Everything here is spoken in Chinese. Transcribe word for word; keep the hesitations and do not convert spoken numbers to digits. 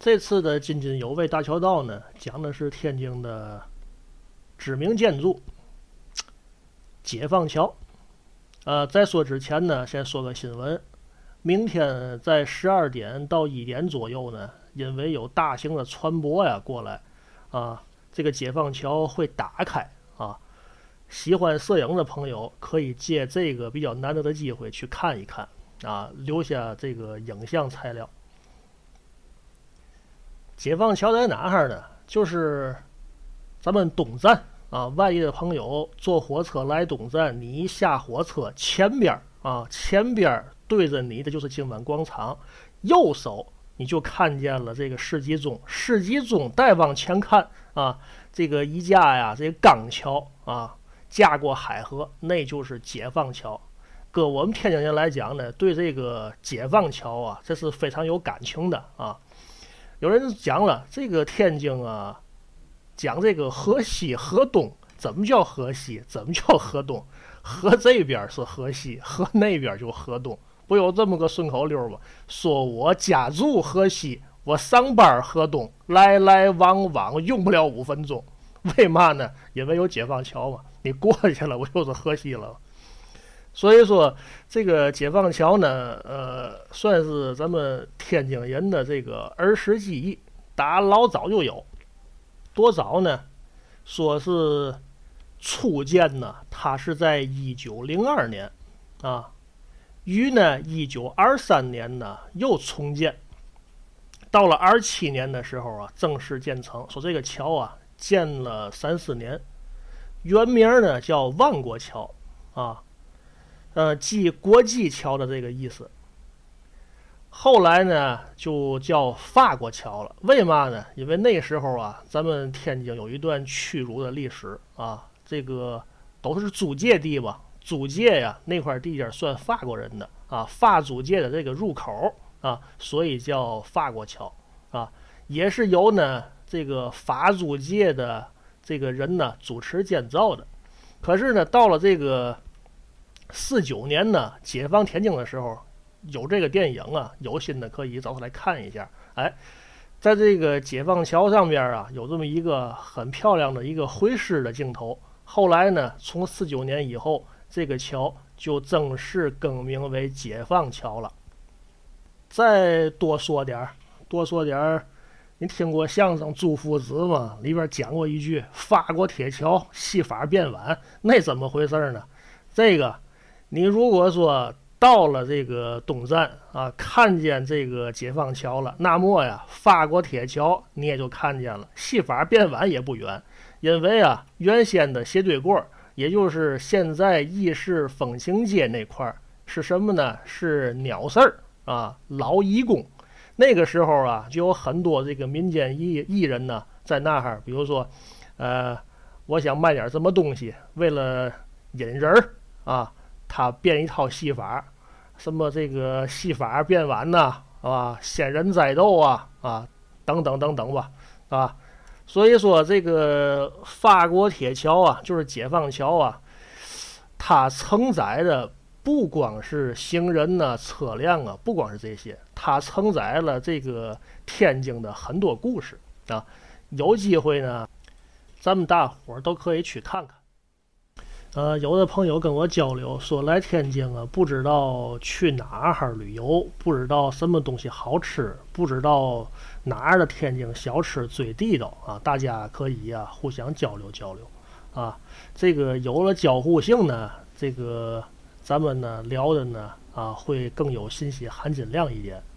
这次的津津有味大桥道呢，讲的是天津的知名建筑解放桥。呃，在说之前呢，先说个新闻。明天在十二点到一点左右呢，因为有大型的船舶呀过来，啊，这个解放桥会打开啊。喜欢摄影的朋友可以借这个比较难得的机会去看一看啊，留下这个影像材料。解放桥在哪儿呢？就是咱们东站啊，外地的朋友坐火车来东站，你一下火车前边啊，前边对着你的就是金湾广场，右手你就看见了这个世纪钟，世纪钟再往前看啊，这个一架呀，这个钢桥啊，架过海河，那就是解放桥。搁我们天津人来讲呢，对这个解放桥啊，这是非常有感情的啊。有人讲了，这个天津啊，讲这个河西河东，怎么叫河西？怎么叫河东？河这边是河西，河那边就河东，不有这么个顺口溜吗？说我家住河西，我上班河东，来来往往用不了五分钟。为嘛呢？因为有解放桥嘛，你过去了，我就是河西了。所以说，这个解放桥呢，呃，算是咱们天津人的这个儿时记忆，打老早就有。多早呢？说是初建呢，它是在一九零二年啊，于呢一九二三年呢又重建，到了二七年的时候啊，正式建成。说这个桥啊，建了三四年，原名呢叫万国桥啊。呃，即国际桥的这个意思。后来呢，就叫法国桥了。为嘛呢？因为那时候啊，咱们天津有一段屈辱的历史啊，这个都是租界地吧，租界呀，那块地界算法国人的啊，法租界的这个入口啊，所以叫法国桥啊，也是由呢这个法租界的这个人呢主持建造的。可是呢，到了这个四九年呢，解放天津的时候，有这个电影啊，有心的可以找他来看一下。哎，在这个解放桥上边啊，有这么一个很漂亮的一个挥师的镜头。后来呢，从四九年以后，这个桥就正式更名为解放桥了。再多说点儿，多说点儿。你听过相声《朱夫子》吗？里边讲过一句“法国铁桥，戏法变晚”，那怎么回事呢？这个。你如果说到了这个东站啊，看见这个解放桥了，那么呀，法国铁桥你也就看见了，戏法变晚也不远，因为啊，原先的斜对过，也就是现在义市风情街那块儿是什么呢？是鸟市儿啊，老义工。那个时候啊，就有很多这个民间艺艺人呢，在那儿，比如说，呃，我想卖点什么东西，为了引人儿啊。他变一套戏法，什么这个戏法变晚呐，啊，仙人栽豆啊，啊，等等等等吧，啊，所以说这个法国铁桥啊，就是解放桥啊，它承载的不光是行人呐、啊、车辆啊，不光是这些，它承载了这个天津的很多故事啊。有机会呢，咱们大伙儿都可以去看看。呃，有的朋友跟我交流说，来天津啊，不知道去哪儿旅游，不知道什么东西好吃，不知道哪儿的天津小吃最地道啊，大家可以啊互相交流交流啊。这个有了交互性呢，这个咱们呢聊的呢啊会更有信息含金量一点。